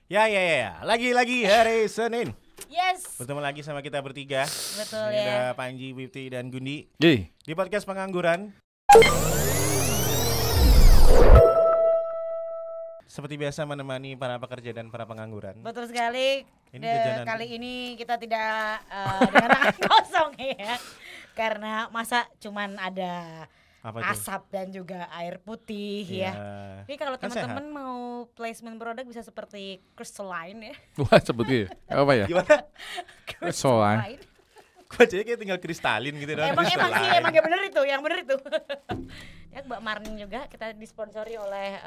Ya. Lagi-lagi hari Senin. Yes. Bertemu lagi sama kita bertiga. Betul Ini ya. ada Panji, Bifty, dan Gundi Yeay. di podcast Pengangguran. Seperti biasa menemani para pekerja dan para pengangguran. Betul sekali. Ini jajanan. Kali ini kita tidak dengan tangan kosong ya. Karena masa cuman ada Apa tuh? asap dan juga air putih ya. Jadi kalau Kan teman-teman mau placement produk bisa seperti Crystalline ya. Wah sebutnya apa ya? Gimana? Crystalline. Gue jadi kayak tinggal kristalin gitu. Emang sih, emang yang bener itu. Ya Mbak Marning juga kita disponsori oleh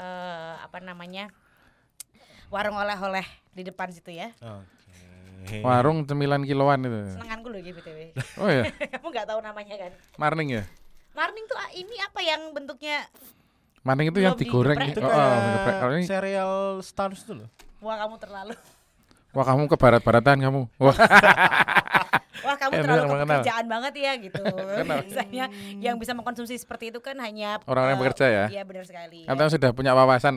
warung oleh-oleh di depan situ ya. Oke. Warung 9 kiloan itu. Senenganku loh gitu BTW. Oh ya, Kamu nggak tahu namanya kan? Marning ya. Marning tuh ini apa yang bentuknya? Marning itu yang Belum digoreng. digeprek. Itu Digeprek. Kalau ini, serial Stars tuh loh. Wah kamu terlalu. wah kamu ke barat-baratan kamu. Wah. Wah kamu Bener, terlalu mengenal. kepekerjaan banget ya gitu. Biasanya yang bisa mengkonsumsi seperti itu kan hanya Orang-orang yang bekerja ya? Iya benar sekali. Atau sudah punya wawasan.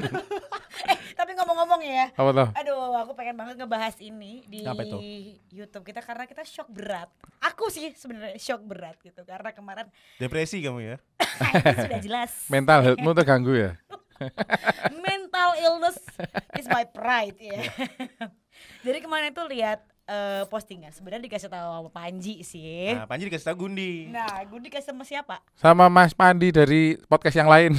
Tapi ngomong-ngomong ya. Apa tuh? Aduh, aku pengen banget ngebahas ini di Apa itu? YouTube kita karena kita shock berat. Aku sih sebenarnya shock berat gitu karena kemarin Depresi kamu ya? sudah jelas. Mental healthmu terganggu ya? Mental illness is my pride ya. Jadi kemarin itu lihat postingan sebenarnya dikasih tahu sama Panji sih. Nah, Panji dikasih tahu Gundi. Nah, gue dikasih sama siapa? Sama Mas Pandi dari podcast yang lain.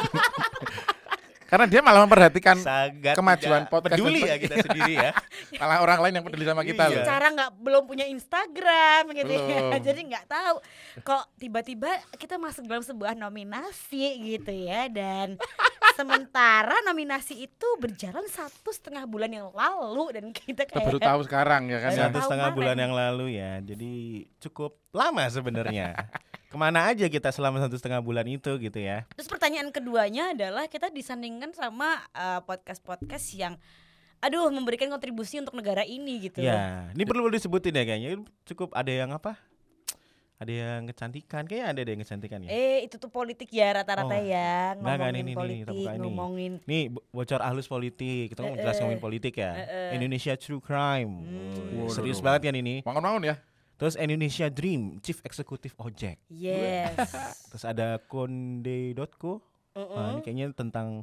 Karena dia malah memperhatikan Sangat kemajuan tidak podcast peduli dan ya kita sendiri ya. malah orang lain yang peduli sama kita Iya. loh. Cara belum punya Instagram gitu ya. Belum. Jadi nggak tahu kok tiba-tiba kita masuk dalam sebuah nominasi gitu ya. Dan sementara nominasi itu berjalan 1,5 bulan yang lalu dan kita Kita kayak baru tahu sekarang ya kan ya. Baru 1,5 tahu bulan kemarin. yang lalu ya. Jadi cukup lama sebenarnya. Kemana aja kita selama 1,5 bulan itu gitu ya. Terus pertanyaan keduanya adalah kita disandingkan sama podcast-podcast yang memberikan kontribusi untuk negara ini gitu. Ya, ini perlu disebutin ya kayaknya. Cukup ada yang apa? Ada yang kecantikan, kayaknya ada yang kecantikan ya. Itu tuh politik ya rata-rata Oh, ya, enggak, ngomongin ini, politik, kita buka ini. ngomongin. Nih bocor halus politik. Kita jelas ngomongin politik ya. Indonesia True Crime. Waduh. Serius banget kan ini. Bangun-bangun ya. Terus Indonesia Dream, Chief Executive Ojek. Yes. Terus ada konde.co. Ini kayaknya tentang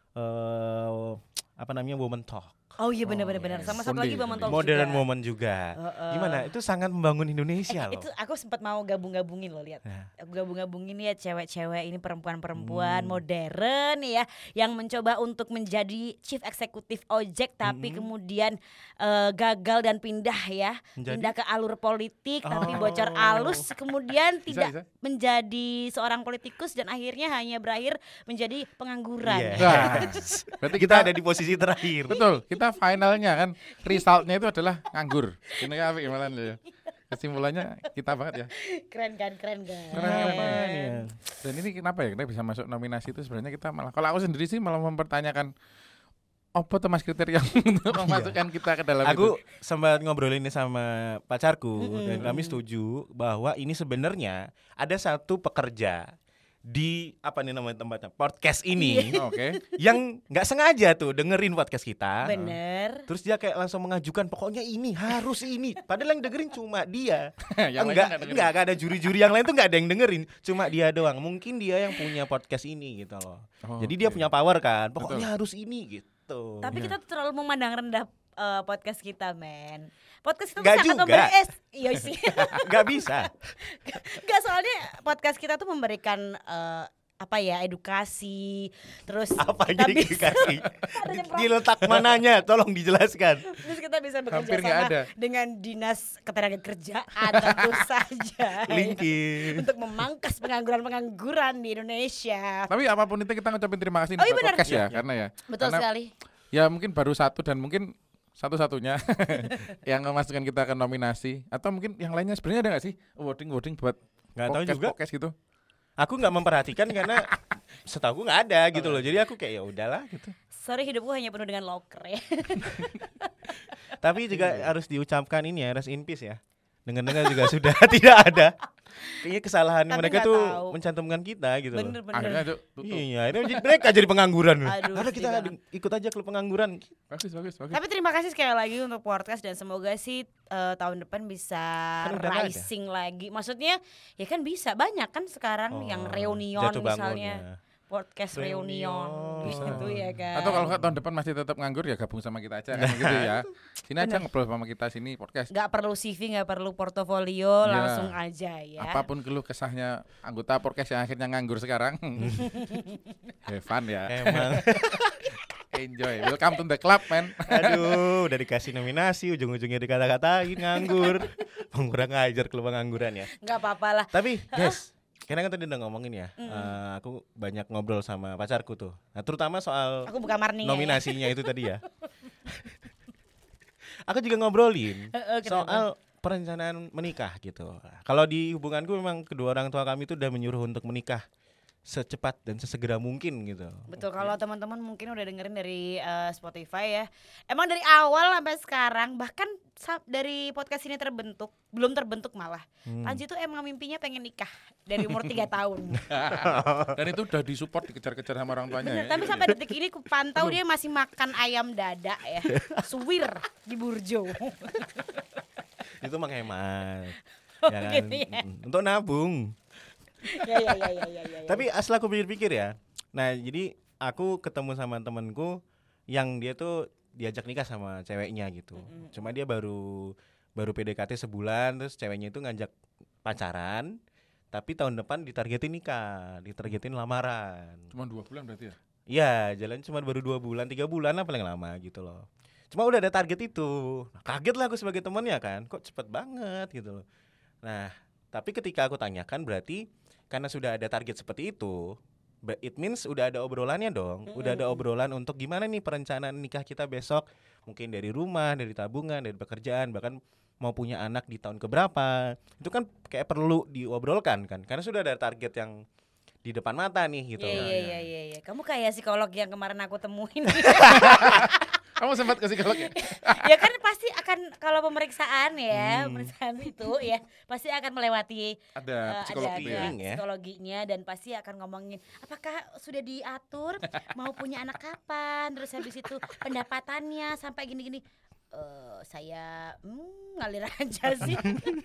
Woman Talk. Oh iya benar-benar. Sama satu lagi Bang Mentol Modern juga. Woman juga. Gimana? Itu sangat membangun Indonesia loh. Itu aku sempat mau gabung-gabungin loh, lihat. Nah. Aku gabung-gabungin ya cewek-cewek ini perempuan-perempuan modern ya yang mencoba untuk menjadi chief executive ojek tapi kemudian gagal dan pindah ya. Menjadi? Pindah ke alur politik tapi Oh. bocor alus kemudian Bisa. tidak menjadi seorang politikus dan akhirnya hanya berakhir menjadi pengangguran. Iya. Nah, berarti Kita ada di posisi terakhir. betul, kita finalnya kan resultnya itu adalah nganggur. Ini apa gimana ya? Kesimpulannya kita banget ya. Keren kan? Apanya? Dan ini kenapa ya kita bisa masuk nominasi itu sebenarnya kita malah kalau aku sendiri sih malah mempertanyakan apa tuh mas kriteria untuk memasukkan kita ke dalam Aku itu. sempat ngobrolin ini sama pacarku dan kami setuju bahwa ini sebenarnya ada satu pekerja di tempatnya podcast ini Oke. yang nggak sengaja tuh dengerin podcast kita. Bener. Terus dia kayak langsung mengajukan pokoknya ini harus ini. Padahal yang dengerin cuma dia. Yang lainnya nggak dengerin. Enggak ada juri-juri yang lain tuh nggak ada yang dengerin. Cuma dia doang. Mungkin dia yang punya podcast ini gitu loh. Oh, Jadi dia oke. punya power kan. Pokoknya harus ini gitu. Tapi kita tuh terlalu memandang rendah podcast kita, men. Podcast kita tuh Nggak sangat juga. memberi iya sih. Nggak bisa. Nggak, soalnya podcast kita tuh memberikan edukasi. Terus Apa kita jadi bisa dikasih? Ada yang Diletak mananya? Tolong dijelaskan. terus kita bisa bekerja Hampir nggak sama ada. dengan dinas ketenagakerjaan tentu saja Linkin. untuk memangkas pengangguran di Indonesia. Tapi apapun itu kita ngucapin terima kasih Oh, iya buat benar. podcast ya, Iya. karena ya. Betul karena sekali. Ya mungkin baru satu dan mungkin satu-satunya yang memasukkan kita ke nominasi atau mungkin yang lainnya sebenarnya ada nggak sih voting buat Nggak tahu juga. podcast gitu. Aku nggak memperhatikan karena setahu nggak ada gitu loh. Jadi aku kayak ya udahlah gitu. Sorry, hidupku hanya penuh dengan loker ya. Tapi juga harus diucapkan ini ya, rest in peace ya. Dengar-dengar juga sudah tidak ada. Kayaknya kesalahan Tapi mereka nggak tuh tahu. mencantumkan kita gitu loh. Bener-bener. Akhirnya tutup. Iya, ini mereka jadi pengangguran. Aduh, Ada sedih kita banget. ikut aja klub pengangguran. Bagus. Tapi terima kasih sekali lagi untuk podcast dan semoga sih tahun depan bisa Kan udah nggak ada. rising lagi. Maksudnya ya kan bisa banyak kan sekarang yang reunion jatuh misalnya. bangunnya. Podcast reunion Reunion. gitu ya kan. Atau kalau nggak tahun depan masih tetap nganggur ya gabung sama kita aja kan gitu ya. Sini aja ngobrol sama kita sini podcast. Nggak perlu CV, nggak perlu portofolio, Ya. langsung aja ya. Apapun keluh kesahnya anggota podcast yang akhirnya nganggur sekarang. Have fun ya. Emang. Enjoy. Welcome to the club, man. Aduh, udah dikasih nominasi, ujung-ujungnya dikata-katain nganggur. Kurang ngajar klub pengangguran ya. Nggak apa-apa lah. Tapi guys, karena kan tadi udah ngomongin ya, aku banyak ngobrol sama pacarku tuh. Nah, terutama soal Aku bukan Marni nominasinya itu tadi ya. Aku juga ngobrolin Kenapa? soal perencanaan menikah gitu. Kalau di hubunganku memang kedua orang tua kami itu udah menyuruh untuk menikah secepat dan sesegera mungkin gitu. Betul, kalau teman-teman mungkin udah dengerin dari Spotify ya. Emang dari awal sampai sekarang, bahkan dari podcast ini belum terbentuk malah. Panji tuh emang mimpinya pengen nikah dari umur 3 tahun. Dan itu udah disupport dikejar-kejar sama orang tuanya. Bener, ya. tapi sampai detik ini ku pantau dia masih makan ayam dada ya. Suwir di Burjo. Itu menghemat. Oh, Ya kan? gitu ya. Untuk nabung. Ya. Tapi asal aku pikir-pikir ya. Nah, jadi aku ketemu sama temanku yang dia tuh diajak nikah sama ceweknya gitu. Cuma dia baru PDKT sebulan, terus ceweknya itu ngajak pacaran, tapi tahun depan ditargetin nikah, ditargetin lamaran. Cuma 2 bulan berarti ya? Iya, jalan cuma baru 2 bulan, 3 bulan lah paling lama gitu loh. Cuma udah ada target itu. Nah, kaget lah aku sebagai temannya kan, kok cepet banget gitu loh. Nah, tapi ketika aku tanyakan berarti karena sudah ada target seperti itu, it means udah ada obrolannya dong. Udah ada obrolan untuk gimana nih perencanaan nikah kita besok. Mungkin dari rumah, dari tabungan, dari pekerjaan, bahkan mau punya anak di tahun keberapa. Itu kan kayak perlu diobrolkan kan. Karena sudah ada target yang di depan mata nih gitu. Iya. Kamu kayak psikolog yang kemarin aku temuin. Kamu sempat ke psikolog ya? Ya kan pasti akan kalau pemeriksaan ya, pemeriksaan itu ya pasti akan melewati Ada psikolog itu ya? Screening ya. psikologinya dan pasti akan ngomongin apakah sudah diatur mau punya anak kapan, terus habis itu pendapatannya sampai gini-gini. Saya ngalir aja sih.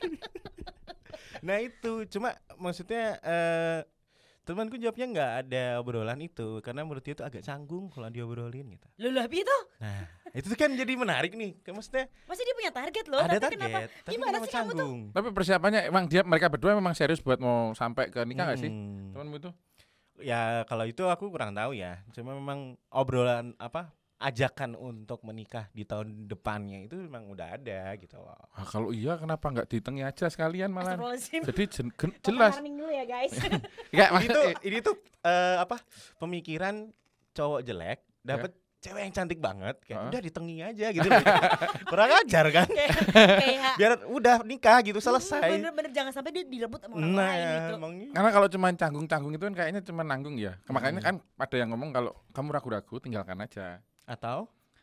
Nah itu cuma maksudnya temanku jawabnya nggak ada obrolan itu karena menurut dia itu agak canggung kalau diobrolin gitu. Loh itu Nah itu kan jadi menarik nih, maksudnya pasti dia punya target loh. ada tapi kenapa? target, tapi Gimana kenapa sih kamu tuh? canggung? Tapi persiapannya emang mereka berdua memang serius buat mau sampai ke nikah nggak sih? Hmm. Temanmu itu? Ya kalau itu aku kurang tahu ya. Cuma memang obrolan ajakan untuk menikah di tahun depannya itu memang udah ada gitu loh. Ah, kalau iya kenapa nggak di tengah aja sekalian malah? Astagfirullahaladzim. Jadi jelas. Warning dulu ya guys. Enggak, Ini tuh pemikiran cowok jelek dapat cewek yang cantik banget kayak udah ditengi aja gitu. Kurang ajar kan? Kayak Biar udah nikah gitu selesai. bener-bener jangan sampai dia direbut sama orang Nah, lain gitu. emangnya. karena kalau cuma canggung-canggung itu kan kayaknya cuma nanggung ya. Makanya kan ada yang ngomong kalau kamu ragu-ragu tinggalkan aja. Atau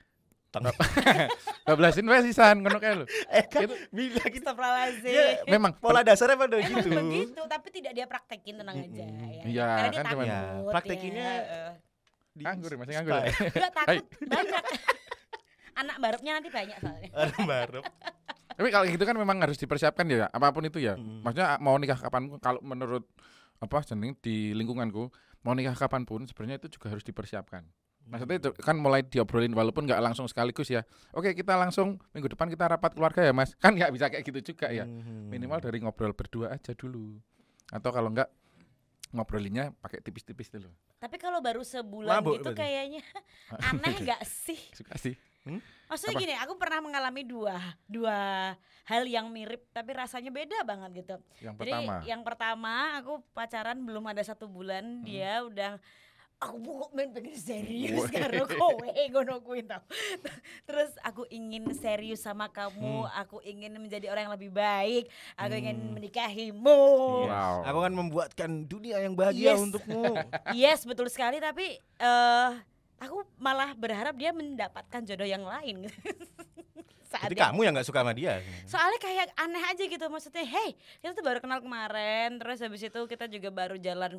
Bablasin wae sisan ngono kae lho. kan Itu bilang gitu. Astagfirullahaladzim. Ya, memang pola dasarnya pada Emang gitu. begitu, tapi tidak dia praktekin, tenang aja ya. Iya, Karena dia kan cuman- takut Ya, praktekinnya ya. nganggur masih nganggur. ya? Enggak takut banyak. Anak barupnya nanti banyak soalnya. Baru. Tapi kalau gitu kan memang harus dipersiapkan ya, apapun itu ya. Maksudnya mau nikah kapan kalau menurut jeneng di lingkunganku, mau nikah kapanpun sebenarnya itu juga harus dipersiapkan. Maksudnya itu kan mulai diobrolin walaupun nggak langsung sekaligus ya. Oke, kita langsung minggu depan kita rapat keluarga ya, Mas. Kan nggak bisa kayak gitu juga ya. Minimal dari ngobrol berdua aja dulu. Atau kalau enggak ngobrolinnya pakai tipis-tipis dulu. Tapi kalau baru sebulan Mabuk gitu berarti. kayaknya aneh nggak sih? Suka sih. Maksudnya Apa? gini, aku pernah mengalami dua hal yang mirip tapi rasanya beda banget gitu. Yang Jadi pertama. yang pertama aku pacaran belum ada 1 bulan, dia udah aku pokok pengen serius karo kowe ngono kuwi tau. Terus aku ingin serius sama kamu, aku ingin menjadi orang yang lebih baik, aku ingin menikahimu. Wow. Aku akan membuatkan dunia yang bahagia Yes. untukmu. Yes, betul sekali, tapi aku malah berharap dia mendapatkan jodoh yang lain. Jadi dia. kamu yang nggak suka sama dia. Soalnya kayak aneh aja gitu, maksudnya hey kita tuh baru kenal kemarin, terus habis itu kita juga baru jalan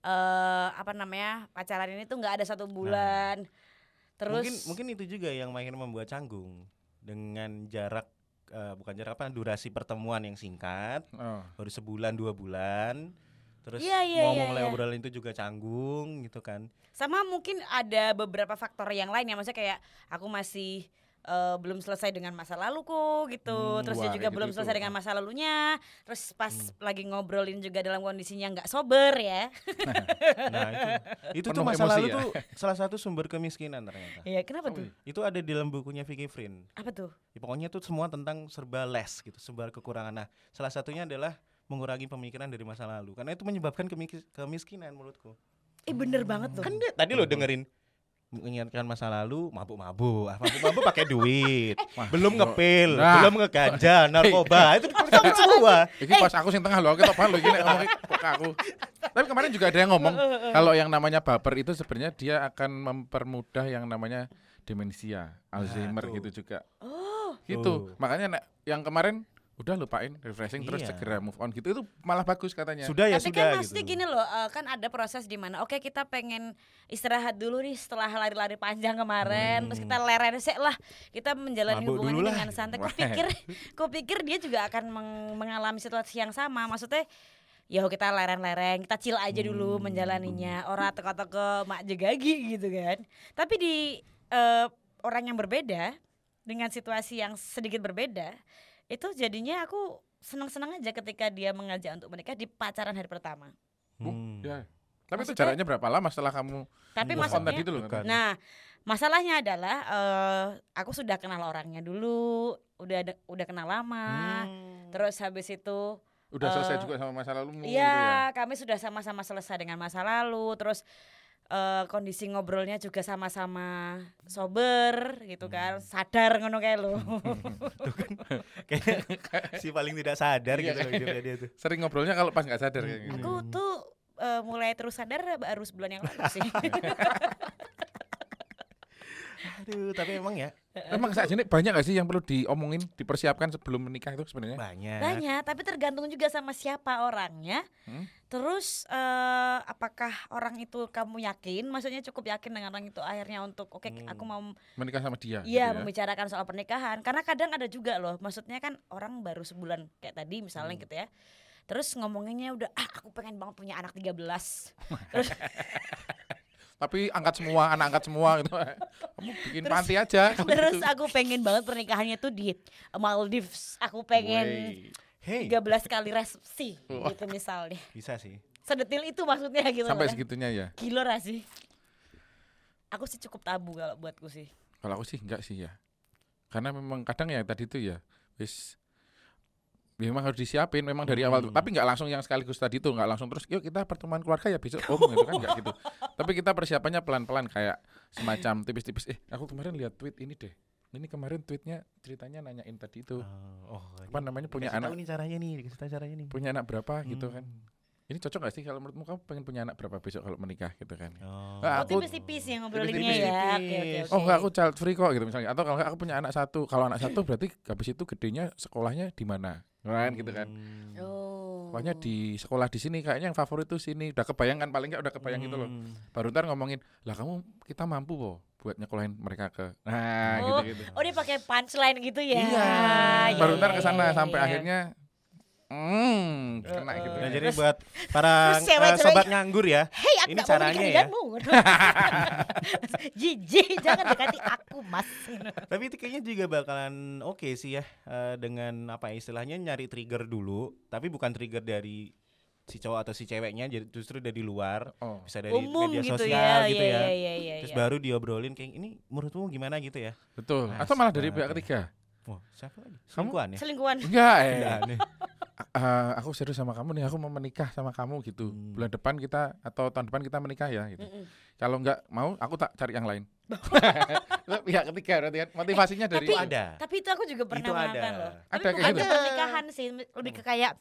pacaran ini tuh nggak ada 1 bulan. Terus Mungkin itu juga yang makin membuat canggung dengan jarak bukan jarak durasi pertemuan yang singkat, baru 1 bulan 2 bulan. Terus Iya. mulai obrolan itu juga canggung gitu kan. sama mungkin ada beberapa faktor yang lain ya, maksudnya kayak aku masih belum selesai dengan masa laluku gitu, terus dia wah, juga kayak belum gitu selesai tuh. dengan masa lalunya, terus pas lagi ngobrolin juga dalam kondisinya nggak sober ya. Nah, itu tuh Penuh masa emosi lalu ya? tuh salah satu sumber kemiskinan ternyata. Iya kenapa tuh? Itu ada di dalam bukunya Vicky Frin. Apa tuh? Ya, pokoknya tuh semua tentang serba less gitu, serba kekurangan. Nah, salah satunya adalah mengurangi pemikiran dari masa lalu karena itu menyebabkan kemiskinan menurutku. Bener banget tuh. Kan tadi lo dengerin mengingatkan masa lalu, mabuk-mabuk. Mabuk-mabuk pakai duit. Belum ngepil, Nah. belum ngeganja, narkoba. Itu pertama semua. Iki pas aku sing tengah lho, aku tak lho iki nek ngomong kok ke aku. Tapi kemarin juga ada yang ngomong kalau yang namanya baper itu sebenarnya dia akan mempermudah yang namanya demensia, Alzheimer tuh. gitu juga. Oh, Gitu. Tuh. Makanya nek yang kemarin udah lupain, refreshing terus Iya. segera move on gitu. Itu malah bagus katanya. Sudah ya tapi sudah kan maksudnya gitu. gini loh, kan ada proses di mana oke kita pengen istirahat dulu nih setelah lari-lari panjang kemarin, terus kita leren sek lah, kita menjalani Mabuk hubungan dulu ini lah. dengan santai. Wah. Kupikir dia juga akan mengalami situasi yang sama, maksudnya ya kita leren-leren, kita chill aja dulu menjalaninya, ora teko-teko mak jegagi gitu kan. Tapi di orang yang berbeda dengan situasi yang sedikit berbeda, itu jadinya aku senang-senang aja ketika dia mengajak untuk menikah di pacaran hari pertama. Ya. Tapi itu Maksudnya- jaraknya berapa lama setelah kamu Tapi move on maksudnya, tadi itu loh? Bukan. nah masalahnya adalah aku sudah kenal orangnya dulu, udah kenal lama, terus habis itu Udah selesai juga sama masa lalumu gitu ya. iya kami sudah sama-sama selesai dengan masa lalu, terus kondisi ngobrolnya juga sama-sama sober gitu kan, sadar ngono kayak lo. Kayak si paling tidak sadar gitu Iya. loh hidupnya dia tuh. Sering ngobrolnya kalau pas nggak sadar kayak gitu. Aku tuh mulai terus sadar baru sebulan yang lalu sih. Aduh, tapi emang ya Emang saat ini banyak gak sih yang perlu diomongin, dipersiapkan sebelum menikah itu sebenarnya? banyak. Banyak, tapi tergantung juga sama siapa orangnya. Terus apakah orang itu kamu yakin, maksudnya cukup yakin dengan orang itu akhirnya untuk oke aku mau Menikah sama dia. iya gitu ya. membicarakan soal pernikahan. Karena kadang ada juga loh, maksudnya kan orang baru sebulan kayak tadi misalnya gitu ya. Terus ngomonginnya udah aku pengen banget punya anak 13. Terus Tapi angkat semua, anak angkat semua gitu. Kamu bikin panti aja. kalau terus gitu. aku pengen banget pernikahannya tuh di Maldives. Aku pengen Wey. Hey, 13 kali resepsi gitu misalnya. bisa sih. Sedetil itu maksudnya gitu Sampai loh. segitunya ya. Gila gak sih? Aku sih cukup tabu kalau buatku sih. Kalau aku sih enggak sih ya. Karena memang kadang ya tadi itu ya wis memang harus disiapin memang dari awal tuh. Tapi enggak langsung yang sekaligus tadi itu, enggak langsung terus yuk kita pertemuan keluarga ya besok gitu kan enggak gitu. Tapi kita persiapannya pelan-pelan kayak semacam tipis-tipis. Aku kemarin lihat tweet ini deh. Ini kemarin tweetnya ceritanya nanyain tadi itu. Apa namanya punya Dikasih anak tahu nih caranya nih, dikasih tahu caranya nih. punya anak berapa gitu kan. Ini cocok gak sih kalau menurutmu kamu pengen punya anak berapa besok kalau menikah gitu kan. Oh. Nah, Oh aku tipis-tipis ya ngobrolinnya tipis-tipis. ya. Oke. oh enggak aku child free kok gitu misalnya atau kalau enggak aku punya anak satu. Kalau anak satu berarti habis itu gedenya sekolahnya di mana? Kan gitu kan. Oh. Pokoknya di sekolah di sini kayaknya yang favorit tuh sini. Udah kebayang kan paling enggak udah kebayang gitu loh. Baru ntar ngomongin, "Lah kamu kita mampu kok buat nyekolahin mereka ke." Nah, Oh, gitu-gitu. Oh dia pakai punchline gitu ya. Iya. Ya, Baru ntar ya, kesana ya, sampai ya. akhirnya kena gitu. Nah, kan. jadi buat para Terus cewek-cewek- sobat nganggur ya, Hei, aku ini nggak mau caranya menikah ya. denganmu. Jijik, jangan dekati aku, Mas. Tapi itu kayaknya juga bakalan oke sih ya, dengan apa ya, istilahnya nyari trigger dulu, tapi bukan trigger dari si cowok atau si ceweknya, jadi justru dari luar, Oh. bisa dari Umum media gitu sosial ya. gitu ya. Iya. Terus baru diobrolin kayak ini menurutmu gimana gitu ya. Betul. Nah, Atau malah dari sepakat. pihak ketiga. Wah, siapa lagi? Kamu? Selingkuhan ya? Selingkuhan. Enggak, Enggak aneh. aku serius sama kamu nih, aku mau menikah sama kamu gitu. Bulan depan kita atau tahun depan kita menikah ya gitu. Kalau enggak mau, aku tak cari yang lain. Itu pihak ketiga berarti kan. Motivasinya dari Itu ada. Tapi itu aku juga pernah Itu melakukan ada. loh. Tapi Ada kayak bukan gitu. ke pernikahan sih, lebih ke kayak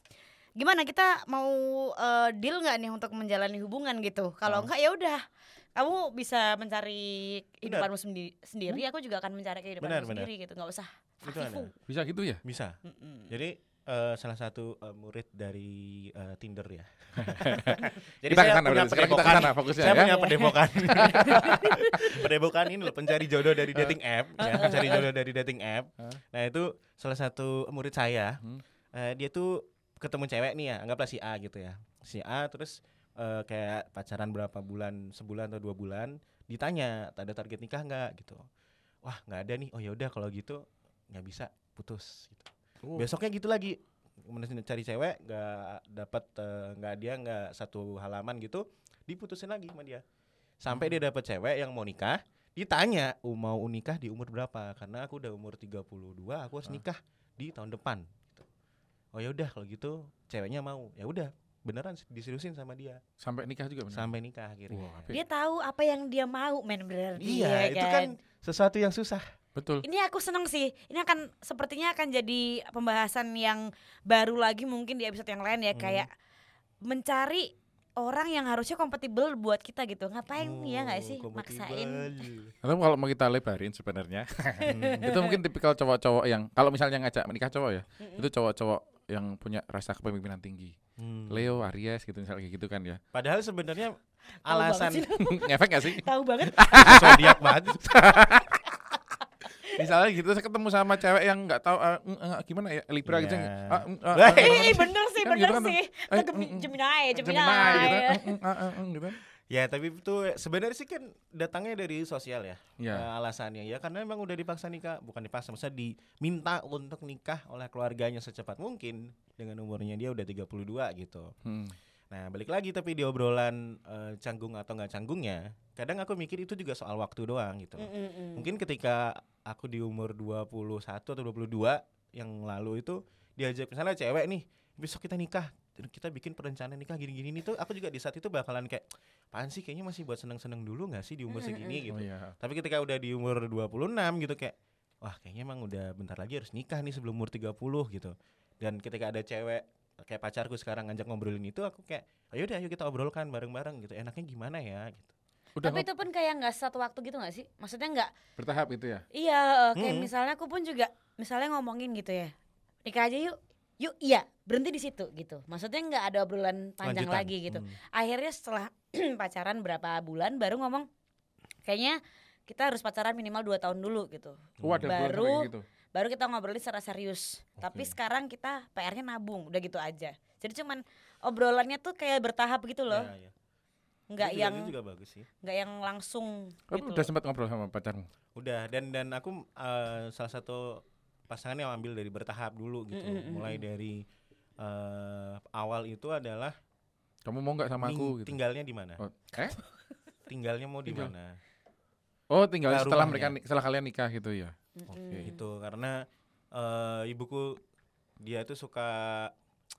gimana kita mau deal nggak nih untuk menjalani hubungan gitu? Kalau enggak ya udah, kamu bisa mencari kehidupanmu sendiri, aku juga akan mencari kehidupanmu sendiri gitu, nggak usah Gimana? Bisa gitu ya? Bisa. Jadi salah satu murid dari Tinder ya. Jadi Kita saya kesana, punya sekarang kita padepokan. kesana fokusnya Saya ya. punya padepokan. Padepokan ini loh, pencari jodoh dari dating app, ya, pencari jodoh dari dating app. Nah, itu salah satu murid saya. Dia tuh ketemu cewek nih ya, anggaplah si A gitu ya. Si A terus kayak pacaran berapa bulan, sebulan atau 2 bulan, ditanya, "Ada target nikah enggak?" gitu. Wah, nggak ada nih. Oh ya udah kalau gitu nggak bisa, putus gitu. Besoknya gitu lagi, cari cewek nggak dapat, nggak satu halaman gitu, diputusin lagi sama dia. Sampai dia dapat cewek yang mau nikah, ditanya, mau nikah di umur berapa? Karena aku udah umur 32, aku harus nikah di tahun depan gitu. Oh ya udah kalau gitu ceweknya mau. Ya udah, beneran diseriusin sama dia. Sampai nikah juga benar. Sampai nikah akhirnya. Wah, Dia tahu apa yang dia mau, men, berarti. Iya, ya itu kan sesuatu yang susah. Betul. Ini aku seneng sih. Ini sepertinya akan jadi pembahasan yang baru lagi mungkin di episode yang lain ya, kayak mencari orang yang harusnya kompatibel buat kita gitu. Ngapain ya nggak sih maksain? Atau kalau mau kita lebarin sebenarnya, itu mungkin tipikal cowok-cowok yang kalau misalnya ngajak menikah cowok ya, itu cowok-cowok yang punya rasa kepemimpinan tinggi. Leo, Aries gitu misalnya gitu kan ya. Padahal sebenarnya alasan ngefek gak sih? Tahu banget. zodiak banget. Misalnya gitu saya ketemu sama cewek yang nggak tahu gimana ya Libra gitu. Bener sih, Kan bener gitu kan sih. tuh. Gemini. Gitu. Ya tapi itu sebenarnya sih kan datangnya dari sosial ya. Iya. Alasannya ya karena emang udah dipaksa nikah, bukan dipaksa, maksudnya diminta untuk nikah oleh keluarganya secepat mungkin dengan umurnya dia udah 32 gitu. Nah balik lagi tapi di obrolan canggung atau nggak canggungnya, kadang aku mikir itu juga soal waktu doang gitu. Mungkin ketika aku di umur 21 atau 22 yang lalu itu diajak misalnya cewek nih, besok kita nikah, kita bikin perencanaan nikah gini-gini nih tuh, aku juga di saat itu bakalan kayak apaan sih, kayaknya masih buat seneng-seneng dulu gak sih di umur segini gitu. Tapi ketika udah di umur 26 gitu kayak wah kayaknya emang udah bentar lagi harus nikah nih sebelum umur 30 gitu. Dan ketika ada cewek kayak pacarku sekarang ngajak ngobrolin itu, aku kayak ayo deh, ayo kita obrolkan bareng-bareng gitu, enaknya gimana ya gitu. Tapi itu pun kayak nggak satu waktu gitu nggak sih? Maksudnya nggak bertahap itu ya? Iya, kayak misalnya aku pun juga misalnya ngomongin gitu ya, nikah aja yuk iya, berhenti di situ gitu. Maksudnya nggak ada obrolan panjang lagi gitu. Akhirnya setelah pacaran berapa bulan baru ngomong kayaknya kita harus pacaran minimal 2 tahun dulu gitu. Baru kita ngobrolin secara serius. Tapi sekarang kita PR-nya nabung, udah gitu aja. Jadi cuman obrolannya tuh kayak bertahap gitu loh. Ya. Nggak itu yang juga bagus sih. Nggak yang langsung. Kamu gitu udah loh. sempat ngobrol sama pacarmu? Udah, dan aku salah satu pasangan yang ambil dari bertahap dulu gitu. Mulai dari awal itu adalah kamu mau nggak sama aku gitu? Tinggalnya di mana? Tinggalnya mau di mana? Oh, tinggal setelah rumahnya. setelah kalian nikah gitu ya. Oke. Itu karena ibuku dia tuh suka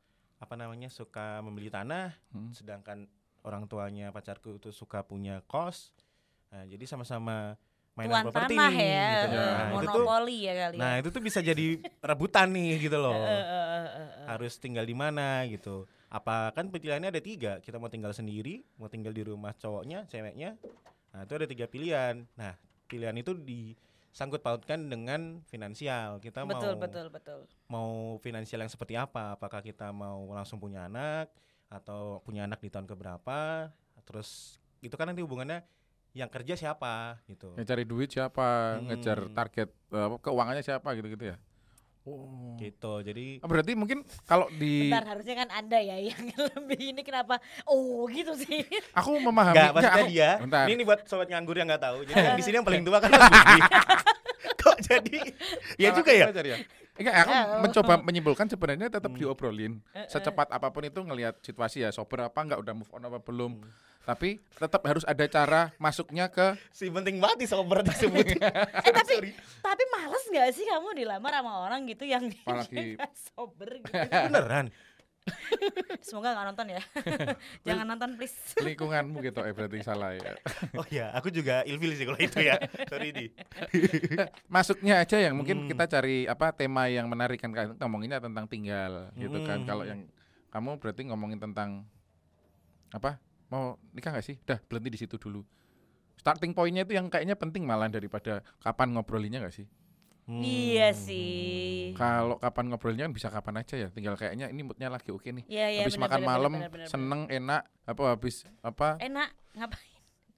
suka membeli tanah, sedangkan orang tuanya pacarku itu suka punya kos. Nah, jadi sama-sama mainan tuan properti tanah nih, ya, gitu. monopoli ya kali. Nah, itu tuh bisa jadi rebutan nih gitu loh. Harus tinggal di mana gitu. Apa kan pilihannya ada 3, kita mau tinggal sendiri, mau tinggal di rumah cowoknya, ceweknya. Nah, itu ada 3 pilihan. Nah, pilihan itu disangkut pautkan dengan finansial. Kita betul. mau finansial yang seperti apa? Apakah kita mau langsung punya anak atau punya anak di tahun keberapa? Terus itu kan nanti hubungannya yang kerja siapa gitu. Cari duit siapa, ngejar target keuangannya siapa gitu-gitu ya. Oh. Gitu. Jadi berarti mungkin kalau di bentar, harusnya kan Anda ya yang lebih ini, kenapa gitu sih. Aku memahami. Enggak, maksudnya dia. Bentar. Ini buat sobat nganggur yang enggak tahu. Jadi kan di sini yang paling tua kan Mas Budi. Kok jadi ya juga ya? Enggak, aku mencoba menyimpulkan sebenarnya tetap diobrolin. Secepat apapun itu ngelihat situasi ya, sober apa enggak, udah move on apa belum. Tapi tetap harus ada cara masuknya ke si penting banget sober disebut. Tapi males nggak sih kamu dilamar sama orang gitu yang apalagi sober gitu? Beneran. Semoga nggak nonton ya. Jangan nonton please. lingkunganmu gitu berarti salah ya. Oh ya, aku juga ilfil sih kalau itu ya. Sorry di. Masuknya aja yang mungkin kita cari tema yang menarik kan, ngomonginnya tentang tinggal gitu kan. Kalau yang kamu berarti ngomongin tentang apa? Mau nikah nggak sih? Dah berhenti di situ dulu. Starting pointnya itu yang kayaknya penting malah daripada kapan ngobrolinnya nggak sih? Iya sih. Kalau kapan ngobrolnya kan bisa kapan aja ya. Tinggal kayaknya ini moodnya lagi oke nih. Iya, Habis bener, makan bener, malam bener, bener, seneng enak apa habis apa? enak ngapain?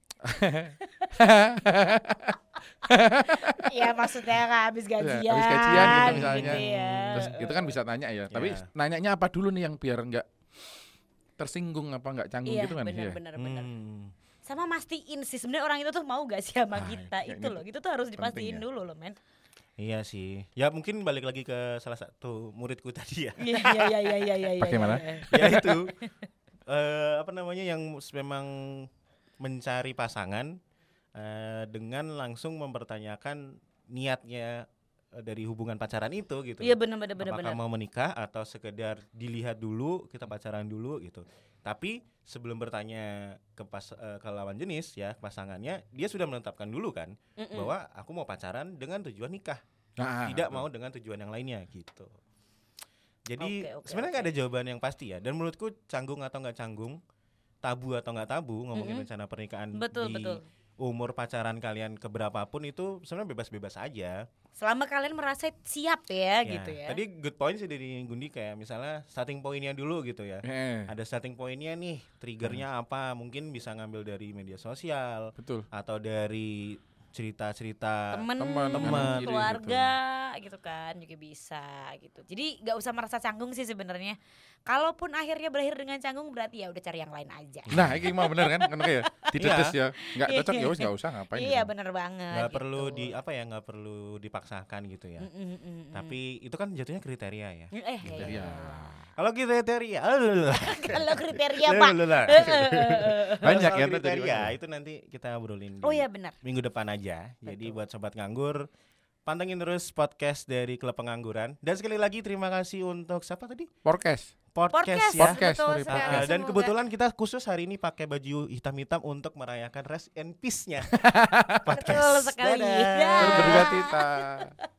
Ya maksudnya kan habis gajian, habis gajian gitu misalnya. gitu ya. Terus itu kan bisa tanya ya. Tapi Ya. nanyanya apa dulu nih yang biar enggak tersinggung apa enggak canggung Iya gitu kan? benar Iya. benar benar. Hmm. Sama mastiin sih sebenarnya orang itu tuh mau gak sih sama Ah, kita kayak itu gitu. loh. Gitu tuh harus Penting dipastiin ya. dulu loh, men. Iya sih. Ya mungkin balik lagi ke salah satu muridku tadi ya. Iya iya iya iya iya. Bagaimana? Ya itu apa namanya yang memang mencari pasangan dengan langsung mempertanyakan niatnya dari hubungan pacaran itu gitu. Iya benar benar benar Apakah benar. mau menikah atau sekedar dilihat dulu, kita pacaran dulu gitu. Tapi sebelum bertanya ke lawan jenis ya, pasangannya, dia sudah menetapkan dulu kan bahwa aku mau pacaran dengan tujuan nikah, Nah, tidak mau dengan tujuan yang lainnya gitu. Jadi Oke, sebenarnya nggak ada jawaban yang pasti ya. Dan menurutku canggung atau nggak canggung, tabu atau nggak tabu ngomongin rencana pernikahan Betul di betul. umur pacaran kalian keberapapun itu sebenarnya bebas-bebas aja. Selama kalian merasa siap ya gitu ya. Tadi good point sih dari Gundi kayak misalnya starting pointnya dulu gitu ya. Ada starting pointnya nih, triggernya apa? Mungkin bisa ngambil dari media sosial betul. atau dari cerita-cerita temen, teman, keluarga gitu kan juga bisa gitu. Jadi nggak usah merasa canggung sih sebenarnya. Kalaupun akhirnya berakhir dengan canggung berarti ya udah cari yang lain aja. Nah, ini mau bener kan? Kan kayak ditetes ya. Enggak cocok ya wis enggak usah ngapain. Iya gitu. bener banget. nggak gitu. perlu nggak perlu dipaksakan gitu ya. Tapi itu kan jatuhnya kriteria ya. Kriteria. Kalau kriteria, Kalau kriteria Pak. Banyak ya Soal tuh dari kriteria mana. itu nanti kita obrolin. Oh di iya benar. minggu depan aja. Jadi Betul. buat sobat nganggur, pantengin terus podcast dari Klub Pengangguran. Dan sekali lagi terima kasih untuk siapa tadi? Podcast. Podcast ya. Podcast, betul sorry, sekali. podcast. Dan Semoga- kebetulan kita khusus hari ini pakai baju hitam-hitam untuk merayakan rest and peace-nya. Betul sekali. Dadah. Dah. Berduka cita.